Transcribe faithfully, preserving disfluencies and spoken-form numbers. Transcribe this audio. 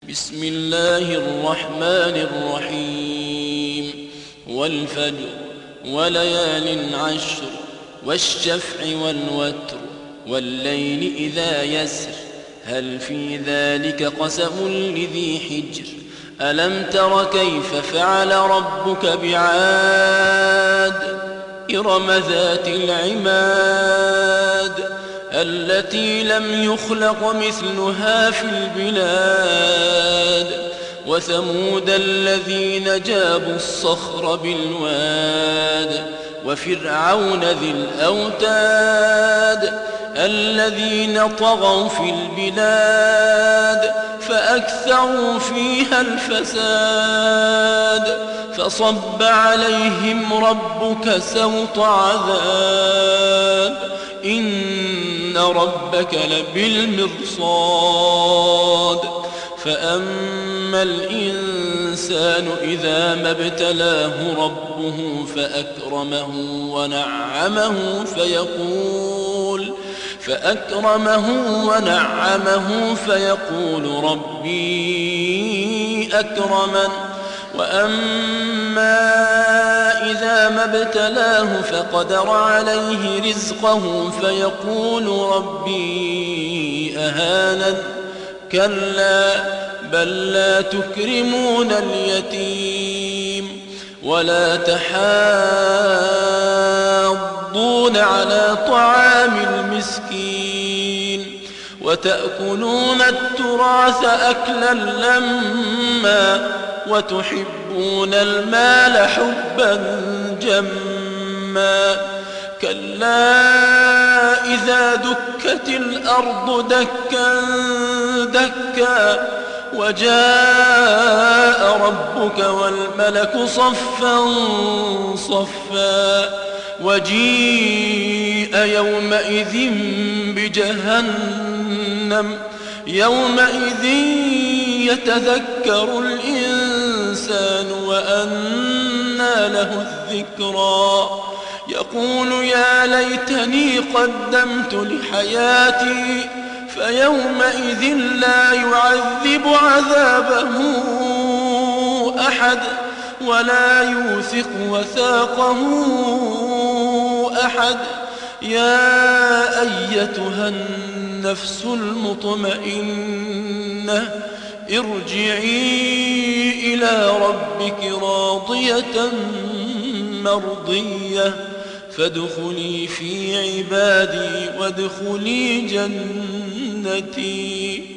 بسم الله الرحمن الرحيم والفجر وليال عشر والشفع والوتر والليل إذا يسر هل في ذلك قسم لذي حجر ألم تر كيف فعل ربك بعاد إرم ذات العماد التي لم يخلق مثلها في البلاد وثمود الذين جابوا الصخر بالواد وفرعون ذي الأوتاد الذين طغوا في البلاد فأكثروا فيها الفساد فصب عليهم ربك سوط عذاب إن ربك لبالمرصاد فأما الإنسان إذا ما ابتلاه ربه فأكرمه ونعمه فيقول فأكرمه ونعمه فيقول ربي أكرمن وأما إذا ما ابتلاه فقدر عليه رزقه فيقول ربي أهانن كلا بل لا تكرمون اليتيم ولا تحاضون على طعام المسكين وتأكلون التراث أكلا لما وتحبون المال حبا جما كلا إذا دكت الأرض دكا دكا وجاء ربك والملك صفا صفا وجيء يومئذ بجهنم يومئذ يتذكر الإنسان وأنى له الذكرى يقول يا ليتني قدمت لحياتي فيومئذ لا يعذب عذابه أحد ولا يوثق وثاقه أحد يا أيتها النفس المطمئنة ارجعي إلى ربك راضية مرضية فادخلي في عبادي وادخلي جنتي.